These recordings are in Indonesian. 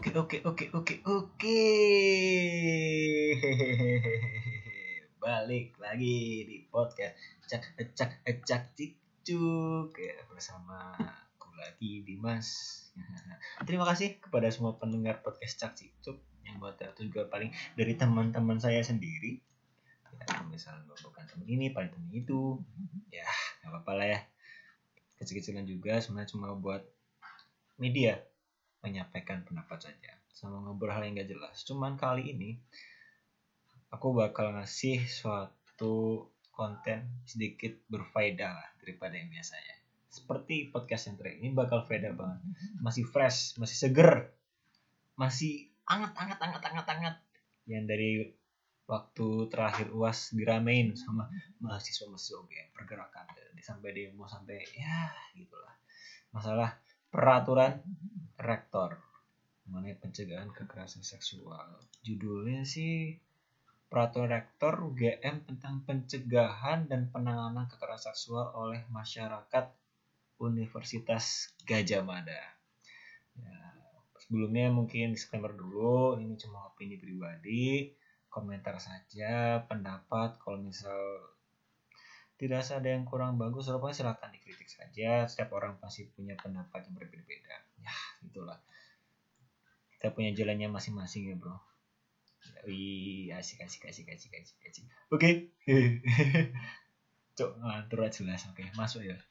Oke. Balik lagi di podcast cak cicuk ya, bersama aku lagi Dimas. Terima kasih kepada semua pendengar podcast cak cicuk yang buat itu juga paling dari teman-teman saya sendiri. Ya, misalnya bukan teman ini, paling teman itu. Ya, nggak apa-apa lah ya. Kecil-kecilan juga sebenarnya cuma buat media, menyampaikan pendapat saja sama ngobrol hal yang gak jelas. Cuman kali ini aku bakal ngasih suatu konten sedikit berfaedah lah daripada yang biasanya. Seperti podcast yang terakhir ini bakal faedah banget, masih fresh, masih seger, masih hangat. Yang dari waktu terakhir UAS diramein sama mahasiswa UGM, pergerakan sampai demo sampai ya gitulah. Masalah peraturan rektor mengenai pencegahan kekerasan seksual. Judulnya sih Peraturan Rektor UGM tentang pencegahan dan penanganan kekerasan seksual oleh masyarakat Universitas Gadjah Mada. Ya, sebelumnya mungkin disclaimer dulu, ini cuma opini pribadi, komentar saja, pendapat. Kalau misal tidak ada yang kurang bagus, silakan dikritik saja. Setiap orang pasti punya pendapat yang berbeda-beda. Ya, itulah. Kita punya jalannya masing-masing ya bro. Wih, asik. Oke. Cok, ngelantur aja jelas. Oke, masuk ya.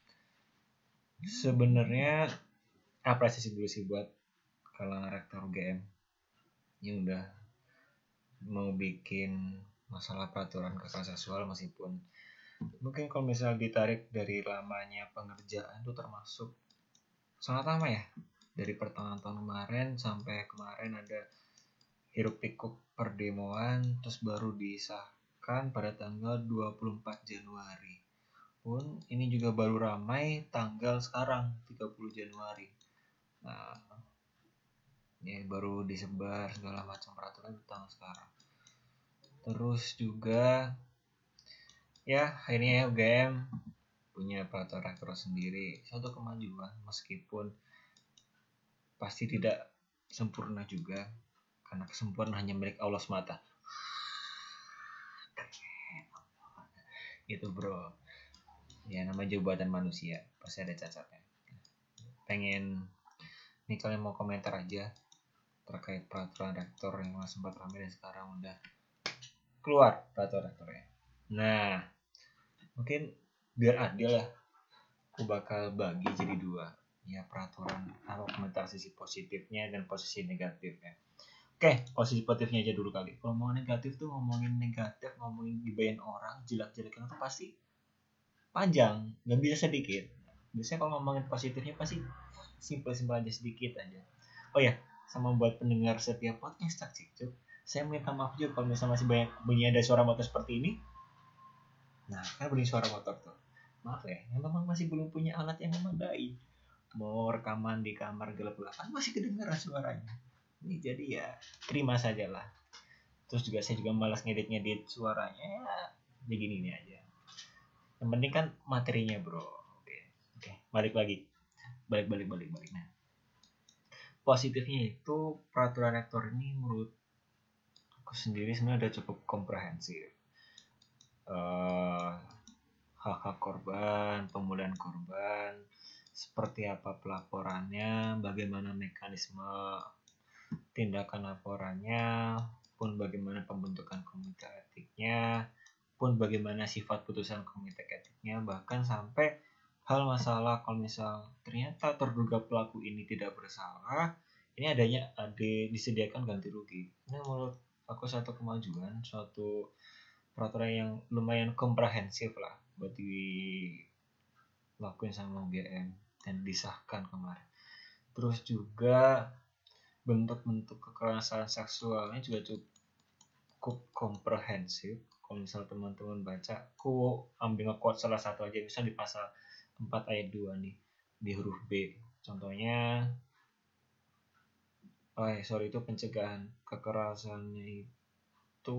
Sebenarnya apresiasi dulu sih buat kalangan rektor UGM yang udah mau bikin masalah peraturan kekerasan seksual, meskipun mungkin kalau misal ditarik dari lamanya pengerjaan itu termasuk sangat lama ya. Dari pertengahan tahun kemarin sampai kemarin ada hiruk pikuk perdemoan, terus baru disahkan pada tanggal 24 Januari. Pun ini juga baru ramai tanggal sekarang 30 Januari. Nah, ini baru disebar segala macam peraturan tentang sekarang. Terus juga ya akhirnya UGM punya peraturan rektor sendiri, suatu kemajuan meskipun pasti tidak sempurna juga, karena kesempurnaan hanya milik Allah semata. Gitu bro. Ya namanya jabatan manusia pasti ada cacatnya. Pengen nih kalian mau komentar aja terkait peraturan rektor yang sempat ramai dan sekarang udah keluar peraturan rektornya. Nah, mungkin biar adil lah, aku bakal bagi jadi dua. Ya peraturan, apa komentar sisi positifnya dan posisi negatifnya. Oke, posisi positifnya aja dulu kali. Kalau ngomongin negatif tuh ngomongin gibahin orang, jelek-jelekin itu pasti panjang, nggak bisa sedikit. Biasanya kalau ngomongin positifnya pasti simpel aja, sedikit aja. Oh ya, sama buat pendengar setiap podcast cak cicuk, saya minta maaf juga kalau misalnya masih banyak bunyi ada suara motor seperti ini. Nah, kan bunyi suara motor tuh. Maaf ya, yang memang masih belum punya alat yang memadai. Mau rekaman di kamar gelap-gelapan masih kedengaran suaranya. Ini jadi ya terima sajalah. Terus juga saya juga malas ngedit suaranya. Ya gini nih aja. Yang penting kan materinya bro. Oke. Balik lagi. Balik. Nah, positifnya itu peraturan rektor ini menurut aku sendiri sebenarnya udah cukup komprehensif. Hak-hak korban, pemulihan korban, seperti apa pelaporannya, bagaimana mekanisme tindakan laporannya, pun bagaimana pembentukan komite etiknya, pun bagaimana sifat putusan komite etiknya, bahkan sampai hal masalah kalau misal ternyata terduga pelaku ini tidak bersalah, ini disediakan ganti rugi. Ini menurut aku suatu kemajuan, suatu peraturan yang lumayan komprehensif lah buat dilakuin sama UGM dan disahkan kemarin. Terus juga bentuk-bentuk kekerasan seksualnya juga cukup komprehensif. Kalau misal teman-teman baca, aku ambil nge-quote salah satu aja, misal di pasal 4 ayat 2 nih, di huruf B. Contohnya, itu pencegahan kekerasannya itu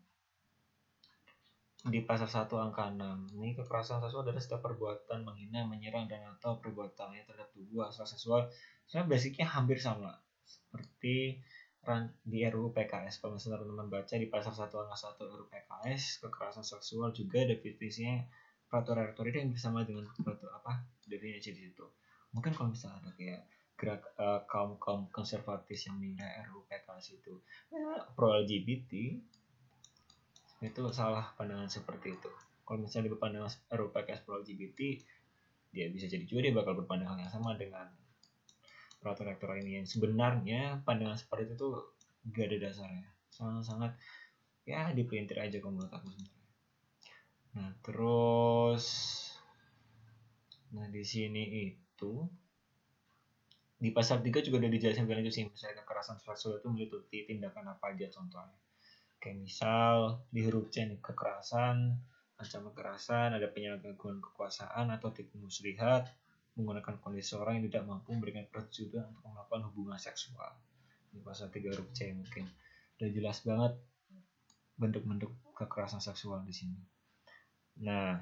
di pasal 1 angka 6. Ini kekerasan seksual adalah setiap perbuatan menghina, menyerang dan atau perbuatannya terhadap tubuh asal seksual. Sebenarnya basicnya hampir sama seperti di RUU PKS. Kalau misalnya teman-teman baca di pasal 1 angka 1 RUU PKS, kekerasan seksual juga definisinya peraturan rektor itu yang sama dengan definisi di situ. Mungkin kalau misalnya ada kayak gerak kaum konservatis yang menilai RUU PKS itu pro LGBT, itu salah pandangan seperti itu. Kalau misalnya di pandangan RUU PKS pro LGBT, dia bisa jadi juga dia bakal berpandangan yang sama dengan peraturan rektor ini, yang sebenarnya pandangan seperti itu tuh gak ada dasarnya, sangat-sangat ya dipelintir aja kalau menurut aku sebenarnya. Nah terus, di sini itu di pasal 3 juga udah dijelasin lebih lanjut sih, misalnya kekerasan seksual itu meliputi tindakan apa aja contohnya. Kayak misal di huruf C nih, kekerasan, ancaman kekerasan, ada penyalahgunaan kekuasaan atau tipu muslihat, menggunakan kondisi orang yang tidak mampu memberikan persetujuan untuk melakukan hubungan seksual. Di pasal 3 huruf C mungkin udah jelas banget bentuk-bentuk kekerasan seksual di sini. Nah,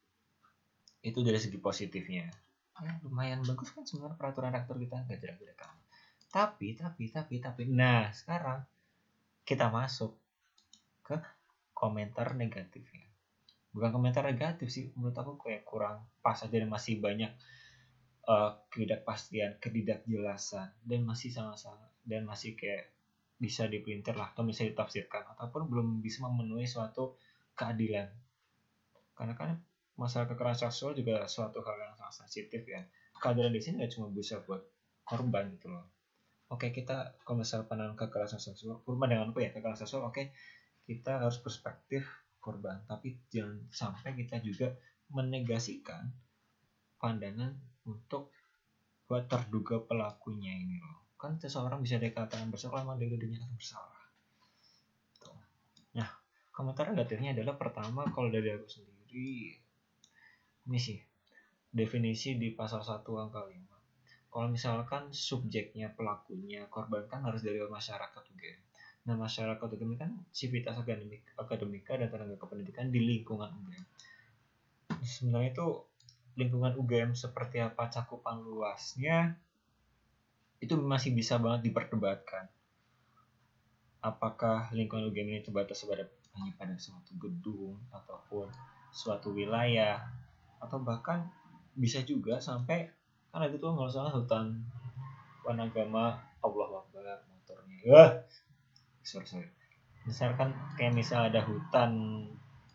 itu dari segi positifnya. Lumayan bagus kan sebenarnya peraturan rektor kita, gak jelek-jelek kan. Tapi, nah sekarang kita masuk ke komentar negatifnya. Bukan komentar negatif sih, menurut aku kayak kurang pas aja dan masih banyak ketidakpastian, ketidakjelasan, dan masih sama-sama dan masih kayak bisa dipelintir lah atau bisa ditafsirkan ataupun belum bisa memenuhi suatu keadilan. Karena kan masalah kekerasan seksual juga suatu hal yang sangat sensitif ya. Keadilan di sini nggak cuma bisa buat korban gitu loh. Oke, kita kalau misalnya pandangan kekerasan seksual, pandanganku ya kekerasan seksual, oke, kita harus perspektif korban, tapi jangan sampai kita juga menegasikan pandangan untuk buat terduga pelakunya ini loh. Kan seseorang bisa dikatakan bersalah lama dia dinyatakan bersalah. Tuh. Nah, komentar negatifnya adalah pertama, kalau dari aku sendiri, ini sih definisi di pasal 1 angka 5. Kalau misalkan subjeknya, pelakunya, korban kan harus dari masyarakat juga. Nah, masyarakat UGM kan sivitas akademika dan tenaga kependidikan di lingkungan UGM. Sebenarnya itu lingkungan UGM seperti apa cakupan luasnya itu masih bisa banget diperdebatkan. Apakah lingkungan UGM ini terbatas hanya pada suatu gedung ataupun suatu wilayah, atau bahkan bisa juga sampai kan itu tuh nggak salah hutan Wanagama, Allah Akbar motornya. Sorry. Misalkan kayak misal ada hutan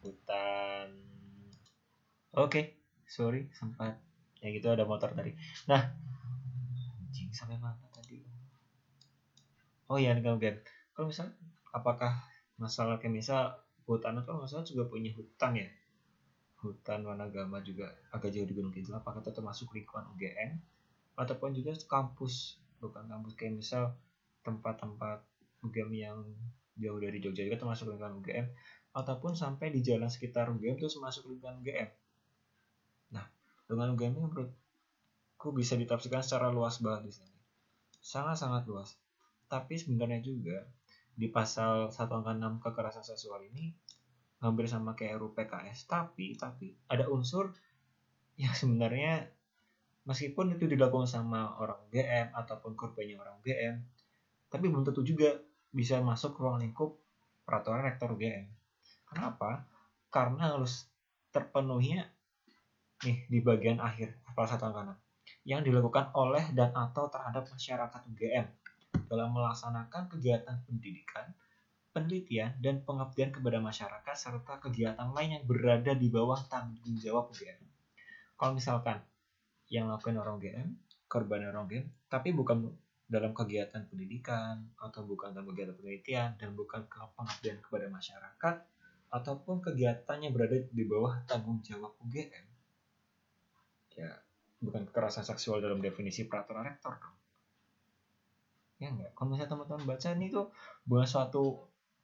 Oke, sorry sempat ya gitu ada motor tadi. Nah, anjing sampai mana tadi? Oh iya, game. Kalau misal apakah masalah kayak misal hutan itu masalah juga punya hutan ya? Hutan Wanagama juga agak jauh di Gunung Kidul, apakah itu termasuk lingkungan UGM ataupun juga kampus, bukan kampus kayak misal tempat-tempat UGM yang jauh dari Jogja juga termasuk lingkungan UGM, ataupun sampai di jalan sekitar UGM itu termasuk lingkungan UGM. Nah, lingkungan UGM ini menurutku bisa ditafsirkan secara luas banget di sini, sangat-sangat luas. Tapi sebenarnya juga di pasal 1 angka 6 kekerasan seksual ini hampir sama kayak RUU PKS, tapi ada unsur yang sebenarnya meskipun itu dilakukan sama orang UGM ataupun korbannya orang UGM, tapi belum tentu juga bisa masuk ruang lingkup peraturan rektor UGM. Kenapa? Karena harus terpenuhinya nih di bagian akhir pasal 1 angka 6 yang dilakukan oleh dan atau terhadap masyarakat UGM dalam melaksanakan kegiatan pendidikan, penelitian, dan pengabdian kepada masyarakat serta kegiatan lain yang berada di bawah tanggung jawab UGM. Kalau misalkan yang lakukan orang UGM, korban orang UGM, tapi bukan dalam kegiatan pendidikan atau bukan dalam kegiatan penelitian dan bukan pengabdian kepada masyarakat ataupun kegiatannya berada di bawah tanggung jawab UGM, ya bukan kekerasan seksual dalam definisi peraturan rektor dong. Ya enggak, kalau misalnya teman-teman baca ini tuh bukan suatu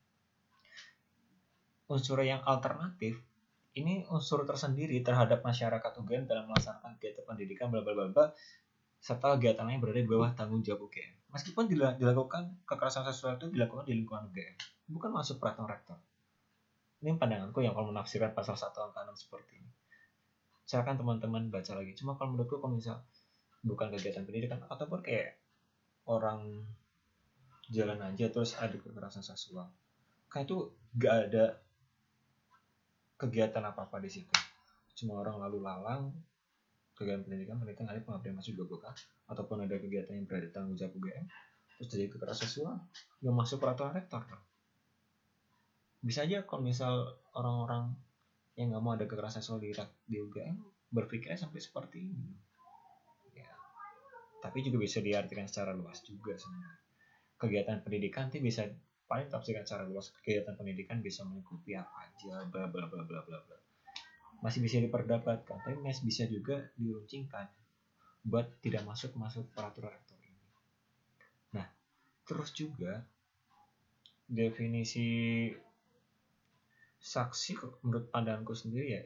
unsur yang alternatif, ini unsur tersendiri terhadap masyarakat UGM dalam melaksanakan kegiatan pendidikan bla bla bla serta kegiatan lain berada di bawah tanggung jawab UGM. Meskipun dilakukan kekerasan seksual itu dilakukan di lingkungan UGM, bukan masuk peraturan rektor. Ini pandanganku yang kalau menafsirkan pasal 1 angka 6 seperti ini. Silakan teman-teman baca lagi. Cuma kalau menurutku kalau misal bukan kegiatan pendidikan ataupun kayak orang jalan aja terus ada kekerasan seksual, kan itu gak ada kegiatan apa-apa di situ, cuma orang lalu lalang, kegiatan pendidikan ada pengabdian masuk 20K, ataupun ada kegiatan yang berada tanggung jawab UGM, terus terjadi kekerasan seksual, nggak masuk peraturan rektor dong. Bisa aja kalau misal orang-orang yang nggak mau ada kekerasan seksual di UGM berpikirnya sampai seperti ini. Ya, tapi juga bisa diartikan secara luas juga sebenarnya. Kegiatan pendidikan itu bisa paling tafsirkan secara luas, kegiatan pendidikan bisa mengikuti apa aja, bla bla bla bla bla bla. Masih bisa diperdebatkan, tapi masih bisa juga diruncingkan buat tidak masuk peraturan rektor ini. Nah, terus juga definisi saksi menurut pandanganku sendiri ya,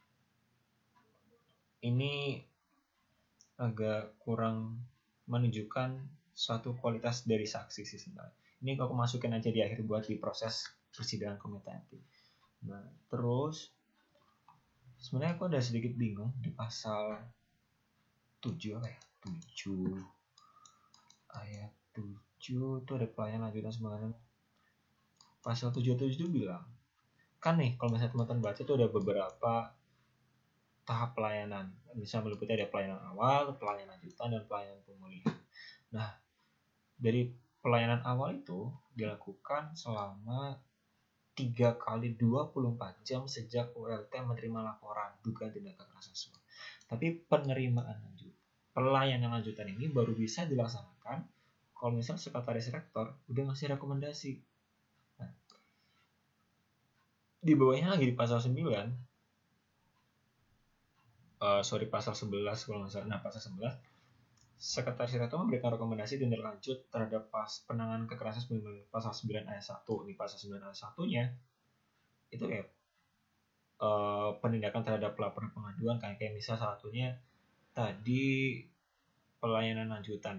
ini agak kurang menunjukkan suatu kualitas dari saksi sih sebenarnya. Ini aku masukin aja di akhir buat di proses persidangan komite etik. Nah, terus sebenarnya aku ada sedikit bingung di pasal 7 apa ya? 7 ayat 7 itu ada pelayanan lanjutan sembarangan. Pasal 7 itu bilang, kan nih kalau misalnya teman-teman baca itu ada beberapa tahap pelayanan. Bisa meliputi ada pelayanan awal, pelayanan lanjutan, dan pelayanan pemulihan. Nah, dari pelayanan awal itu dilakukan selama 3 kali 24 jam sejak ULT menerima laporan dugaan tindak kekerasan seksual. Tapi pelayanan lanjutan ini baru bisa dilaksanakan kalau misalnya sekretaris rektor udah ngasih rekomendasi. Nah, di bawahnya lagi di pasal 9, pasal 11 kalau nggak salah. Nah, pasal 11, sekretaris rektor memberikan rekomendasi tindak lanjut terhadap penanganan kekerasan pasal 9 ayat 1. Di pasal 9 ayat 1-nya itu ya penindakan terhadap laporan pengaduan, kayak misal salah satunya tadi pelayanan lanjutan.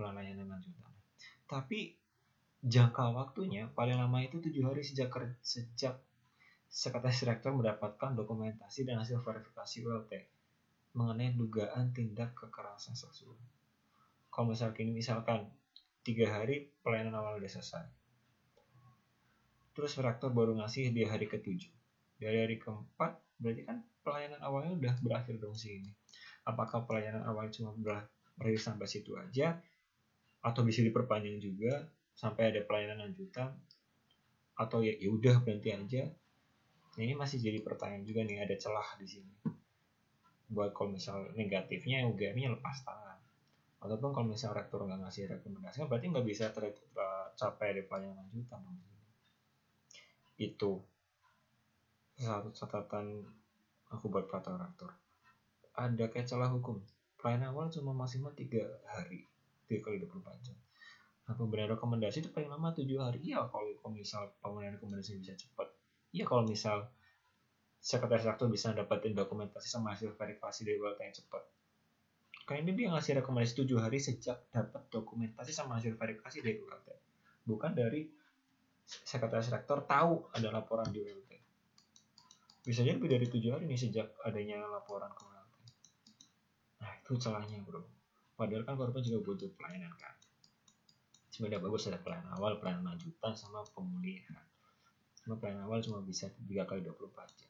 Tapi jangka waktunya paling lama itu 7 hari sejak sekretaris rektor mendapatkan dokumentasi dan hasil verifikasi ULT mengenai dugaan tindak kekerasan seksual. Kalau misalkan 3 hari pelayanan awal udah selesai, terus rektor baru ngasih di hari ke-7, dari hari ke-4 berarti kan pelayanan awalnya udah berakhir dong sih ini. Apakah pelayanan awal cuma berakhir sampai situ aja, atau bisa diperpanjang juga sampai ada pelayanan lanjutan, atau ya udah berhenti aja? Nah, ini masih jadi pertanyaan juga nih, ada celah di sini. Buat kalau misal negatifnya UGM-nya lepas tangan, ataupun kalau misal rektor nggak ngasih rekomendasi, berarti nggak bisa tercapai ada pelayanan lanjutan dong. Itu satu catatan aku buat kata rektor. Ada kayak celah hukum. Pelayanan awal cuma maksimal 3 hari, 3 kali 24 jam. Nah, pemberian rekomendasi itu paling lama 7 hari. Iya, kalau misal pemberian rekomendasi bisa cepat. Iya, kalau misal sekretaris rektor bisa dapetin dokumentasi sama hasil verifikasi dari ULT yang cepat. Karena ini dia ngasih rekomendasi 7 hari sejak dapat dokumentasi sama hasil verifikasi dari ULT. Bukan dari sekretaris rektor tahu ada laporan di ULT. Bisa jadi lebih dari 7 hari nih sejak adanya laporan ke ULT. Nah, itu celahnya bro. Padahal kan korban juga butuh pelayanan kan. Sebenarnya bagus ada pelayanan awal, pelayanan lanjutan, sama pemulihan. Cuma pelayanan awal cuma bisa 3 kali 24 jam.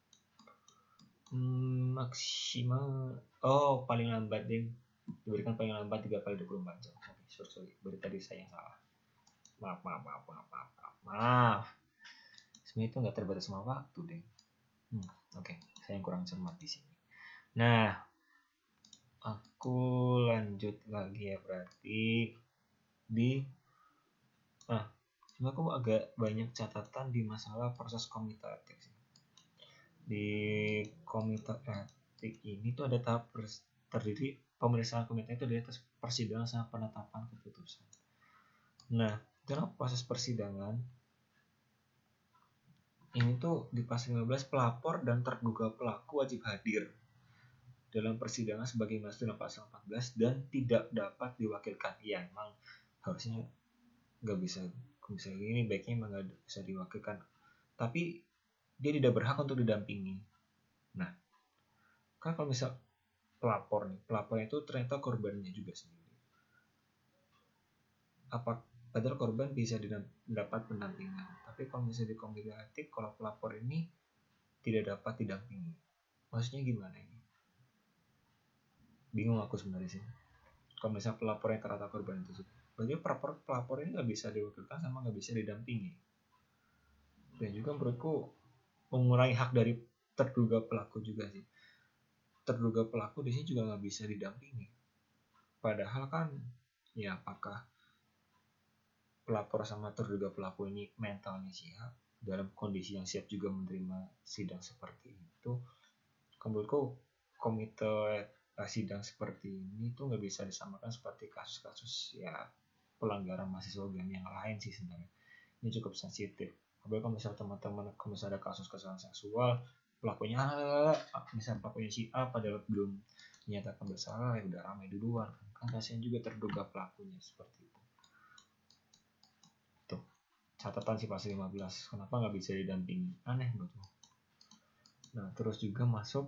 Maksimal paling lambat deh diberikan paling lambat 3 kali 24 jam. Sorry, berarti tadi saya yang salah. Maaf. Sebenarnya itu nggak terbatas sama waktu deh. Oke. Saya yang kurang cermat di sini. Nah, aku lanjut lagi ya berarti cuma aku agak banyak catatan di masalah proses komite etik sih. Di komite etik ini tuh ada tahap terdiri pemeriksaan komite itu dari atas persidangan sama penetapan keputusan. Nah, dalam proses persidangan ini tuh di pasal 15 pelapor dan terduga pelaku wajib hadir dalam persidangan sebagai dimaksud dalam pasal 14 dan tidak dapat diwakilkan. Ya, emang harusnya nggak bisa ini, baiknya emang nggak bisa diwakilkan. Tapi dia tidak berhak untuk didampingi. Nah, kan kalau misal pelapornya itu ternyata korbannya juga sendiri. padahal korban bisa dapat pendampingan. Tapi kalau misalnya di komite etik, kalau pelapor ini tidak dapat didampingi, maksudnya gimana ini? Bingung aku sebenarnya sih. Kalau misalnya pelapor yang ternyata korban itu, berarti pelapor ini nggak bisa diwakilkan sama nggak bisa didampingi. Dan juga menurutku mengurangi hak dari terduga pelaku juga sih. Terduga pelaku di sini juga nggak bisa didampingi. Padahal kan, ya apakah pelapor sama terduga pelaku ini mentalnya siap, dalam kondisi yang siap juga menerima sidang seperti itu? Menurutku komite sidang seperti ini tuh nggak bisa disamakan seperti kasus-kasus ya pelanggaran mahasiswa UGM yang lain sih sebenarnya. Ini cukup sensitif. Apalagi kalau misalnya teman-teman, kalau misalnya ada kasus kekerasan seksual, pelakunya misalnya pelakunya si A padahal belum dinyatakan bersalah, ya udah ramai duluan. Kan kasihan juga terduga pelakunya seperti itu. Tuh, catatan si pasal 15. Kenapa nggak bisa didampingi? Aneh menurutku. Nah, terus juga masuk.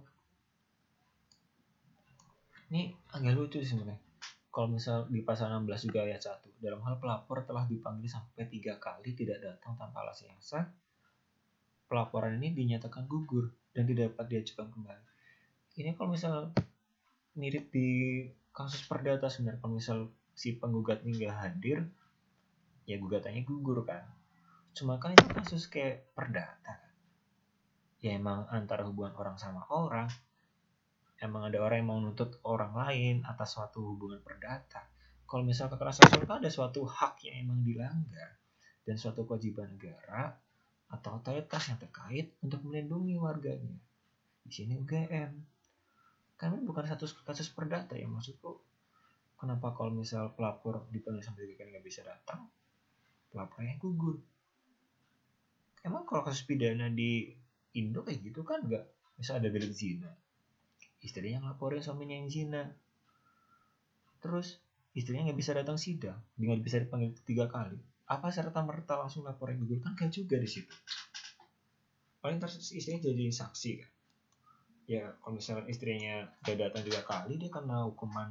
Ini agak lucu sih sebenarnya. Kalau misal di pasal 16 juga ayat 1, dalam hal pelapor telah dipanggil sampai 3 kali tidak datang tanpa alasan yang sah, pelaporan ini dinyatakan gugur dan tidak dapat diajukan kembali. Ini kalau misal mirip di kasus perdata sebenarnya. Kalau misal si penggugat ini nggak hadir, ya gugatannya gugur kan. Cuma kan itu kasus kayak perdata kan. Ya emang antara hubungan orang sama orang, emang ada orang yang mau nuntut orang lain atas suatu hubungan perdata. Kalau misal kekerasan seksual kan ada suatu hak yang emang dilanggar dan suatu kewajiban negara atau otoritas yang terkait untuk melindungi warganya. Di sini UGM. Kan bukan satu kasus perdata ya, maksudku. Kenapa kalau misal pelapor dipanggil sampai 3 kali nggak bisa datang, pelapornya gugur? Emang kalau kasus pidana di Indo kayak gitu kan nggak? Misal ada delik zina, istrinya ngelaporin suaminya yang zina, terus istrinya nggak bisa datang sidang, nggak bisa dipanggil 3 kali. Apa serta merta langsung laporin gugur? Kan nggak juga di situ. Paling terus istrinya jadi saksi kan? Ya kalau misalnya istrinya udah datang 3 kali, dia kena hukuman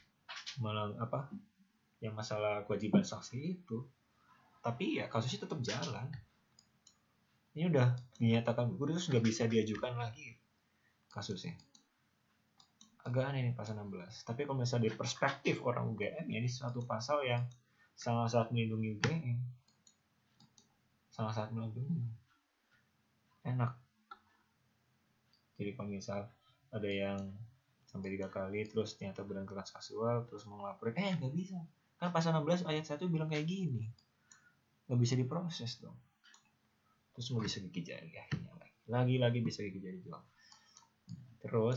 yang masalah kewajiban saksi itu. Tapi ya kasusnya tetap jalan. Ini udah dinyatakan gugur terus nggak bisa diajukan lagi kasusnya. Agak aneh nih pasal 16. Tapi kalau misalnya dari perspektif orang UGM, ya ini suatu pasal yang sangat-sangat melindungi UGM. Sangat-sangat melindungi. Enak. Jadi kalau misal ada yang sampai 3 kali terus ternyata benar kekerasan seksual terus mau ngelaporin, nggak bisa. Kan pasal 16 ayat 1 bilang kayak gini. Nggak bisa diproses dong. Terus mau bisa gigi jari akhirnya lagi bisa gigi jari doang. Terus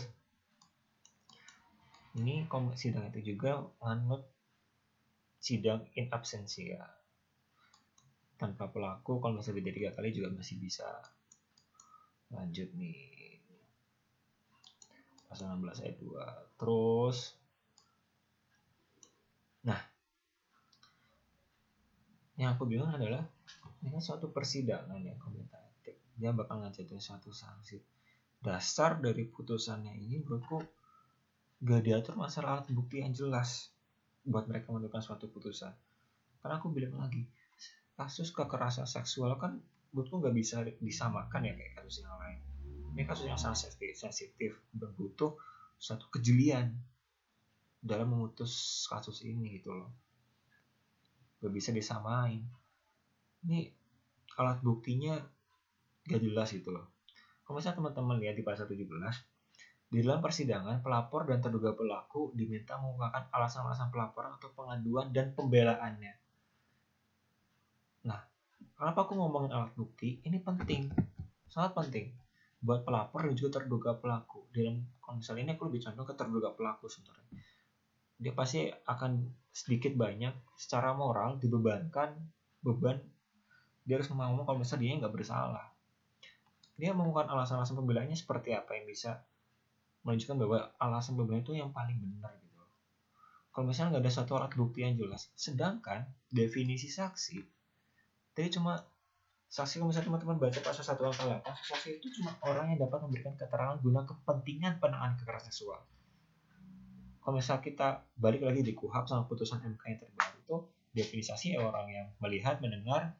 ini sidang itu juga nganut sidang in absentia. Tanpa pelaku kalau misalnya beda 3 kali juga masih bisa. Lanjut nih. Pasal 16 ayat 2. Terus nah, yang aku bilang adalah ini kan suatu persidangan ya komite etik. Dia bakal ngajatuhin suatu sanksi. Dasar dari putusannya ini menurutku gak diatur masalah alat bukti yang jelas buat mereka menentukan suatu putusan. Karena aku bilang lagi, kasus kekerasan seksual kan menurutku gak bisa disamakan ya kayak kasus yang lain. Ini kasus yang sangat sensitif dan butuh suatu kejelian dalam memutus kasus ini gitu loh. Gak bisa disamain. Ini alat buktinya gak jelas gitu loh. Kalau misalnya teman-teman lihat di pasal 17, di dalam persidangan, pelapor dan terduga pelaku diminta mengungkapkan alasan-alasan pelaporan atau pengaduan dan pembelaannya. Nah, kenapa aku ngomongin alat bukti? Ini penting, sangat penting buat pelapor dan juga terduga pelaku. Dalam konsel ini aku lebih condong ke terduga pelaku sebenarnya. Dia pasti akan sedikit banyak secara moral dibebankan beban. Dia harus ngomong kalau misalnya dia nggak bersalah. Dia mengungkapkan alasan-alasan pembelaannya seperti apa yang bisa menunjukkan bahwa alasan pembelaan itu yang paling benar gitu. Kalau misalnya nggak ada satu alat bukti yang jelas, sedangkan definisi saksi, tadi cuma saksi kalau misalnya teman-teman baca pasal 1 angka 8, saksi itu cuma orang yang dapat memberikan keterangan guna kepentingan penanganan kekerasan seksual. Kalau misalnya kita balik lagi di KUHP sama putusan MK yang terbaru itu, Definisi ya orang yang melihat, mendengar,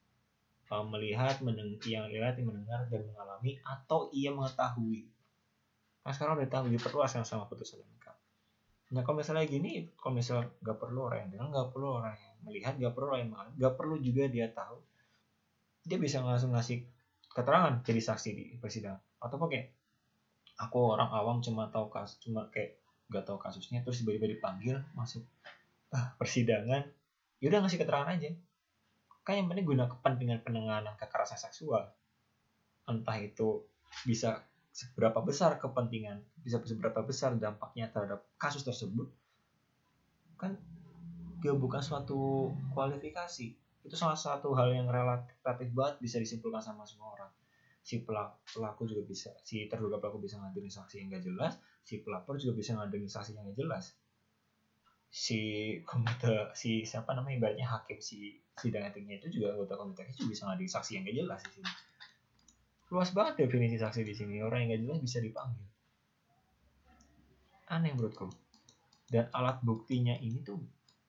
yang mendengar dan mengalami, atau ia mengetahui. Nah sekarang udah tahu, diperluas sama putusan lengkap. Nah kalau misalnya gini, kalau misalnya nggak perlu orang yang dengar, nggak perlu orang yang melihat, nggak perlu orang yang mengalami, nggak perlu juga dia tahu, dia bisa langsung ngasih keterangan jadi saksi di persidangan. Atau kayak aku orang awam cuma kayak nggak tahu kasusnya, terus tiba-tiba dipanggil masuk persidangan, yaudah ngasih keterangan aja. Kan yang penting guna kepentingan penanganan kekerasan seksual, entah itu bisa seberapa besar kepentingan, bisa seberapa besar dampaknya terhadap kasus tersebut, kan dia bukan suatu kualifikasi. Itu salah satu hal yang relatif banget bisa disimpulkan sama semua orang. Si pelaku juga bisa, si terduga pelaku bisa ngaduin saksi yang gak jelas, si pelapor juga bisa ngaduin saksi yang gak jelas. Si siapa namanya, ibaratnya hakim si sidang etiknya itu juga anggota komite etik juga bisa ngaduin saksi yang gak jelas di sini. Luas banget definisi saksi di sini. Orang yang gak jelas bisa dipanggil. Aneh menurutku. Dan alat buktinya ini tuh,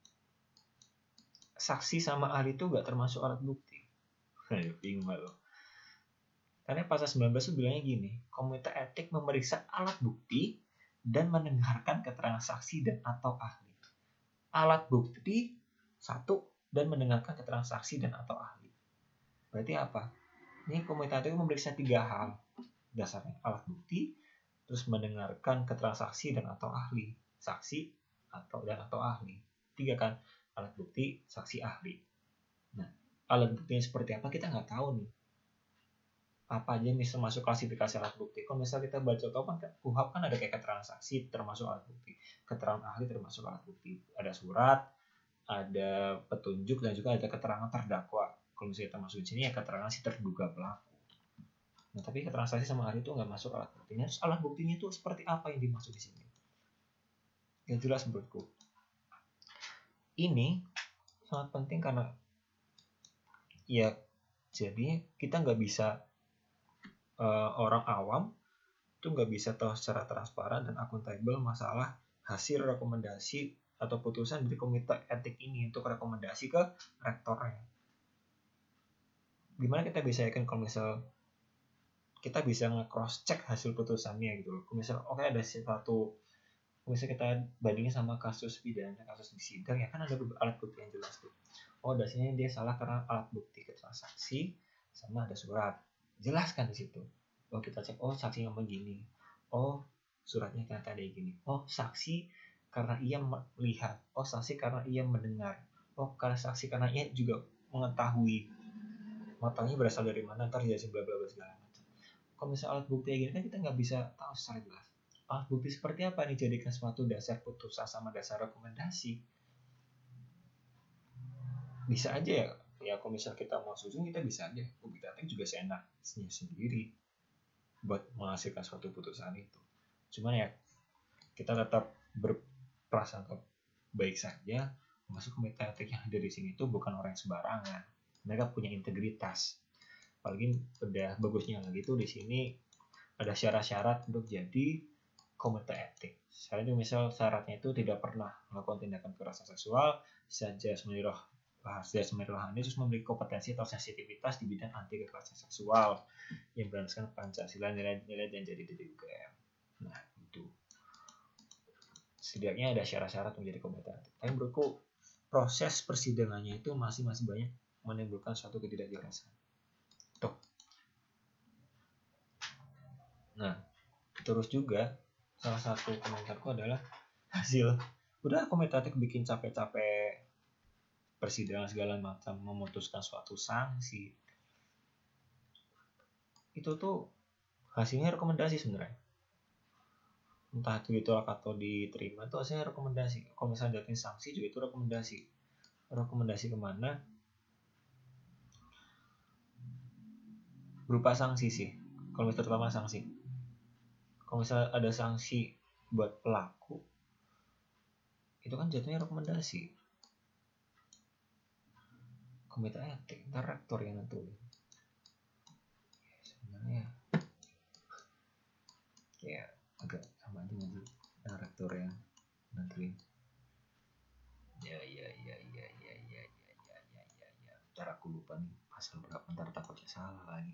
saksi sama ahli itu gak termasuk alat bukti. Bingung gak lo? Karena pasal 19 itu bilangnya gini, komite etik memeriksa alat bukti dan mendengarkan keterangan saksi dan atau ahli. Alat bukti satu dan mendengarkan keterangan saksi dan atau ahli. Berarti apa? Ini komite etik memeriksa 3 hal dasarnya: alat bukti, terus mendengarkan keterangan saksi dan atau ahli. Saksi atau ahli. 3 kan? Alat bukti, saksi, ahli. Nah, alat buktinya seperti apa kita nggak tahu nih. Apa aja bisa masuk klasifikasi alat bukti. Kalau misalnya kita baca KUHP kan ada kayak keterangan saksi termasuk alat bukti, keterangan ahli termasuk alat bukti, ada surat, ada petunjuk, dan juga ada keterangan terdakwa. Kalau misalnya kita masuk di sini ya keterangan si terduga pelaku. Nah tapi keterangan saksi sama ahli itu nggak masuk alat buktinya. Terus alat buktinya itu seperti apa yang dimaksud di sini? Yang jelas menurutku ini sangat penting karena ya jadi kita nggak bisa orang awam itu nggak bisa tahu secara transparan dan akuntabel masalah hasil rekomendasi atau putusan dari komite etik ini untuk rekomendasi ke rektornya. Gimana kita bisa yakin kalau misal kita bisa nge-cross check hasil putusannya gitu loh. Kalau misal ada sesuatu, misal kita bandingin sama kasus pidana, kasus di sidang ya kan ada alat bukti yang jelas tuh. Dasarnya dia salah karena alat bukti keterangan saksi sama ada surat. Jelas kan di situ. Kita cek, saksi ngomong gini. Suratnya ternyata ada gini. Saksi karena ia melihat. Saksi karena ia mendengar. Karena saksi karena ia juga mengetahui. Mengetahui berasal dari mana, ntar jelasin bla bla bla segala macam. Kalau misalnya alat bukti kayak gini kan kita nggak bisa tahu secara jelas. Alat bukti seperti apa nih jadikan suatu dasar putusan sama dasar rekomendasi. Bisa aja ya kalau misal kita mau susun kita bisa aja komite etik juga seenaknya sendiri buat menghasilkan suatu putusan itu. Cuman ya kita tetap berprasangka baik saja, masuk komite etik yang ada di sini itu bukan orang yang sembarangan. Mereka punya integritas. Apalagi udah bagusnya lagi tuh di sini ada syarat-syarat untuk jadi komite etik. Syaratnya misal syaratnya itu tidak pernah melakukan tindakan kekerasan seksual, saja rohani, terus memiliki kompetensi atau sensitivitas di bidang anti kekerasan seksual yang berlandaskan Pancasila, nilai-nilai dan jadi UGM. Nah itu setidaknya ada syarat-syarat menjadi komite etik. Tapi menurutku proses persidangannya itu masih banyak menimbulkan suatu ketidakjelasan. Tuh. Nah terus juga salah satu komentarku adalah hasil udah komite etik bikin capek-capek persidangan segala macam memutuskan suatu sanksi, itu tuh hasilnya rekomendasi sebenarnya. Entah itu ditolak atau diterima itu hasilnya rekomendasi. Kalau misalnya jatuhin sanksi juga itu rekomendasi. Rekomendasi kemana? Berupa sanksi sih. Kalau misalnya terutama sanksi. Kalau misalnya ada sanksi buat pelaku, itu kan jatuhnya rekomendasi. Komite etik, ntar rektor yang nentuin. Sebenarnya ya agak sama aja nanti rektor yang nentuin. Ya. aku lupa nih pasal berapa, ntar takutnya salah lagi.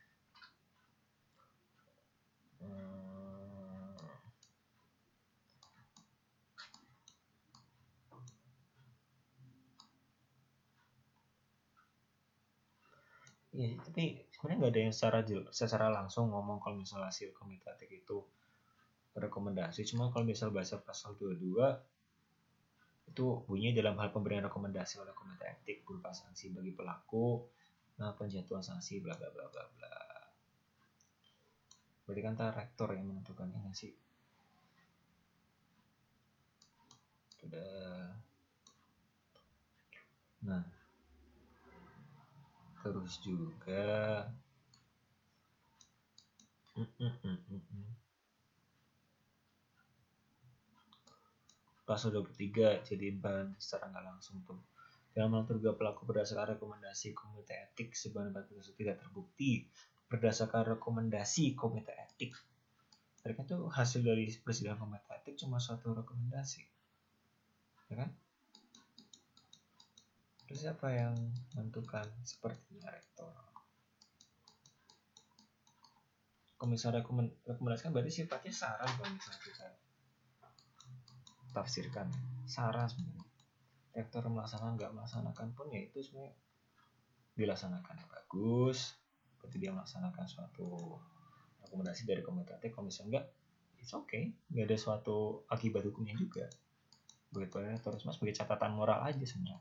Iya, tapi sebenarnya nggak ada yang secara langsung ngomong kalau misalnya hasil komite etik itu rekomendasi. Cuma kalau misal bahasa pasal 22 itu bunyinya dalam hal pemberian rekomendasi oleh komite etik berupa sanksi bagi pelaku, nah penjatuhan sanksi bla bla bla bla bla. Berarti kan rektor yang menentukan ini sih. Sudah. Nah, terus juga pasal 23 jadi bahan secara nggak langsung tuh. Dalam hal terduga pelaku berdasarkan rekomendasi komite etik sebanyak tidak terbukti berdasarkan rekomendasi komite etik. Mereka tuh hasil dari persidangan komite etik cuma suatu rekomendasi, ya kan? Terus siapa yang menentukan? Sepertinya rektor. Kalau misalnya rekomendasikan berarti sifatnya saran. Kalau misalnya kita tafsirkan saran sebenarnya. Rektor melaksanakan nggak melaksanakan pun ya itu sebenarnya dilaksanakan yang bagus, berarti dia melaksanakan suatu rekomendasi dari komite etik. Kalau misalnya enggak, it's okay, nggak ada suatu akibat hukumnya juga. Begitu ya, terus mas sebagai catatan moral aja sebenarnya.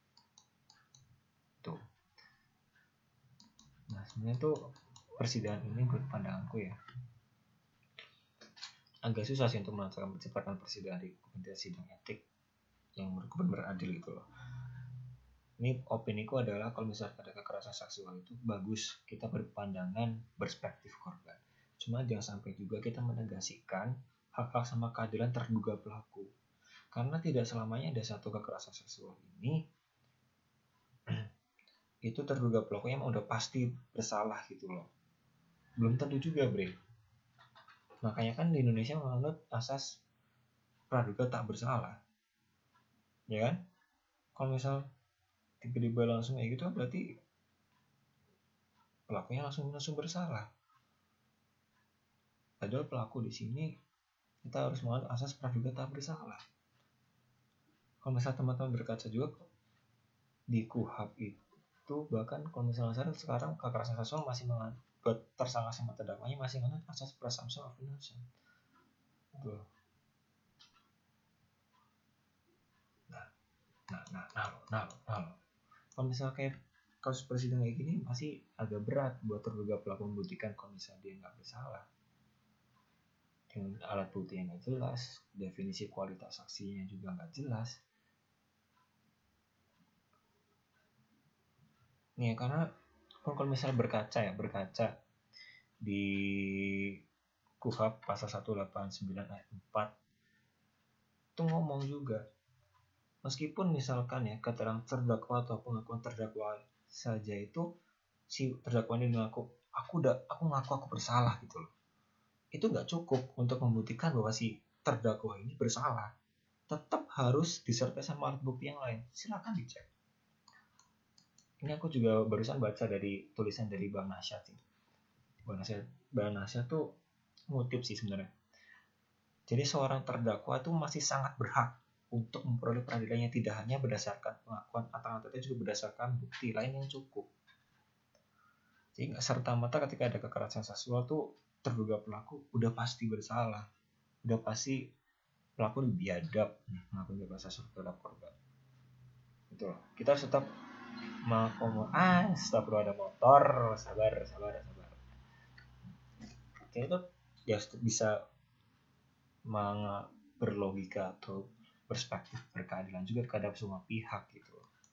Tuh. Nah sebenarnya tuh persidangan ini menurut pandanganku ya agak susah sih untuk menciptakan persidangan di komite sidang etik yang menurutku benar-benar adil gitu loh. Ini opiniku adalah kalau misalnya ada kekerasan seksual itu bagus kita berpandangan perspektif korban. Cuma jangan sampai juga kita menegasikan hak-hak sama keadilan terduga pelaku. Karena tidak selamanya ada satu kekerasan seksual ini itu terduga pelakunya udah pasti bersalah gitu loh. Belum tentu juga, Bre. Makanya kan di Indonesia menganut asas praduga tak bersalah. Ya kan? Kalau misal tiba-tiba langsung kayak gitu berarti pelakunya langsung bersalah. Padahal pelaku di sini kita harus menganut asas praduga tak bersalah. Kalau misalnya teman-teman berkaca juga di KUHP itu bahkan kalau misalnya sekarang kekerasan seksual masih buat tersangka sama terdakwanya masih menganut asas presumption of innocence. Tuh. Nah. Kalau misalnya kayak kasus presiden kayak gini masih agak berat buat terduga pelaku membuktikan kalau misalnya dia nggak bersalah. Dengan alat bukti yang nggak jelas, definisi kualitas saksinya juga nggak jelas. Nih karena kalau misalnya berkaca di KUHP pasal 189 ayat 4 itu ngomong juga meskipun misalkan ya keterangan terdakwa atau pengakuan terdakwa saja itu si terdakwa ini ngaku aku ngaku aku bersalah gitu loh, itu nggak cukup untuk membuktikan bahwa si terdakwa ini bersalah, tetap harus disertai sama alat bukti yang lain. Silakan dicek. Ini aku juga barusan baca dari tulisan dari Bang Nasyad sih. Bang Nasyad tuh ngutip sih sebenarnya. Jadi seorang terdakwa tuh masih sangat berhak untuk memperoleh peradilannya tidak hanya berdasarkan pengakuan tapi juga berdasarkan bukti lain yang cukup. Jadi nggak serta-merta ketika ada kekerasan seksual tuh terduga pelaku udah pasti bersalah, udah pasti pelaku biadab melakukan kekerasan seksual terhadap korban. Itu loh. Kita harus tetap stop ada motor, sabar. Oke, itu ya bisa berlogika atau perspektif berkeadilan juga terhadap semua pihak gitu.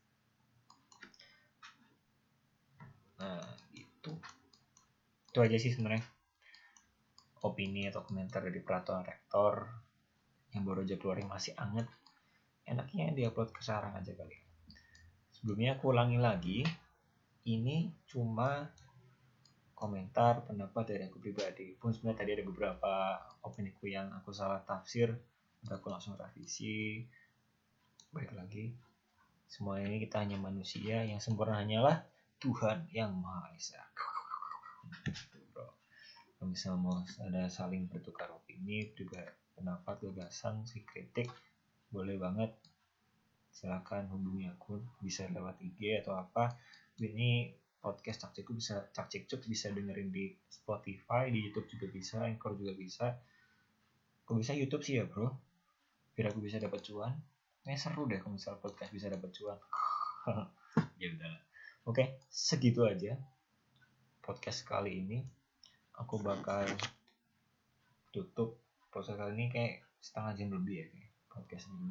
Nah itu aja sih sebenarnya opini atau komentar dari peraturan rektor yang baru aja keluar, masih anget, enaknya diupload ke sekarang aja kali. Sebelumnya aku ulangi lagi, ini cuma komentar pendapat dari aku pribadi. Pun sebenarnya tadi ada beberapa opiniku yang aku salah tafsir, udah aku langsung revisi. Baik lagi, Semua ini kita hanya manusia, yang sempurna hanyalah Tuhan yang Maha Esa. Bro. Kalau misalnya mau ada saling bertukar opini, pendapat, gagasan, kritik, boleh banget. Silakan hubungi aku, bisa lewat IG atau apa. Ini podcast Cak Cik Cuk bisa dengerin di Spotify, di YouTube juga bisa, Anchor juga bisa. Kok bisa YouTube sih ya bro, biar aku bisa dapat cuan. Seru deh kalau misal podcast bisa dapat cuan. Ya udahlah. Oke, segitu aja podcast kali ini. Aku bakal tutup podcast kali ini kayak setengah jam lebih ya kayak podcast ini.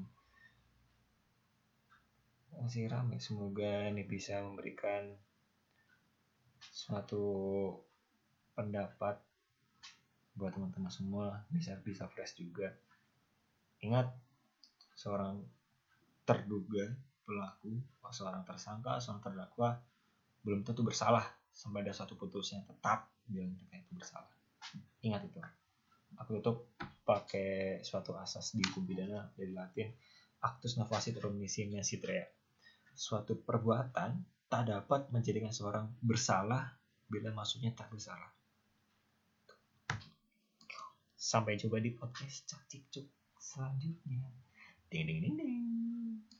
Masih ramai. Semoga ini bisa memberikan suatu pendapat buat teman-teman semua, bisa fresh juga. Ingat, seorang terduga pelaku, seorang tersangka, seorang terdakwa belum tentu bersalah sampai ada suatu putusnya tetap bilang mereka itu bersalah. Ingat itu. Aku tutup pakai suatu asas di hukum pidana dari Latin, actus nefacit omnisciem sit rea. Suatu perbuatan tak dapat menjadikan seorang bersalah bila maksudnya tak bersalah. Sampai jumpa di podcast Cak Cik Cuk selanjutnya. Ding ding ding ding.